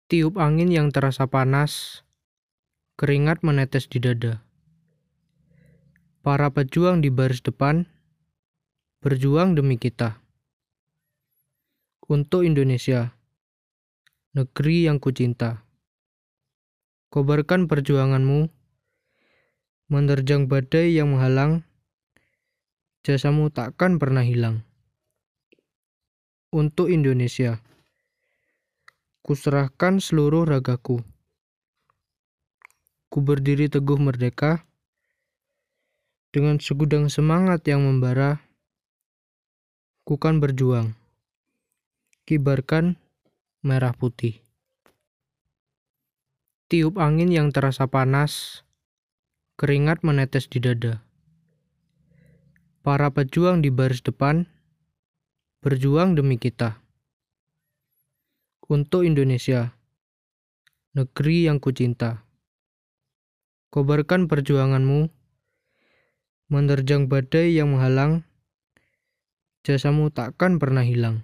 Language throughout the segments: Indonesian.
Tiup angin yang terasa panas, keringat menetes di dada. Para pejuang di baris depan, berjuang demi kita. Untuk Indonesia, negeri yang kucinta. Kobarkan perjuanganmu, menerjang badai yang menghalang, jasamu takkan pernah hilang. Untuk Indonesia, kuserahkan seluruh ragaku. Ku berdiri teguh merdeka, dengan segudang semangat yang membara, ku kan berjuang. Kibarkan merah putih. Tiup angin yang terasa panas, keringat menetes di dada. Para pejuang di baris depan, berjuang demi kita. Untuk Indonesia, negeri yang kucinta. Kobarkan perjuanganmu, menerjang badai yang menghalang, jasamu takkan pernah hilang.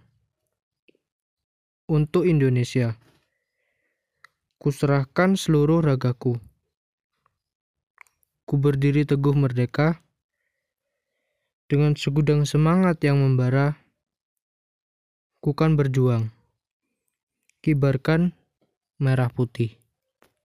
Untuk Indonesia, kuserahkan seluruh ragaku. Ku berdiri teguh merdeka, dengan segudang semangat yang membara, ku kan berjuang. Kibarkan merah putih.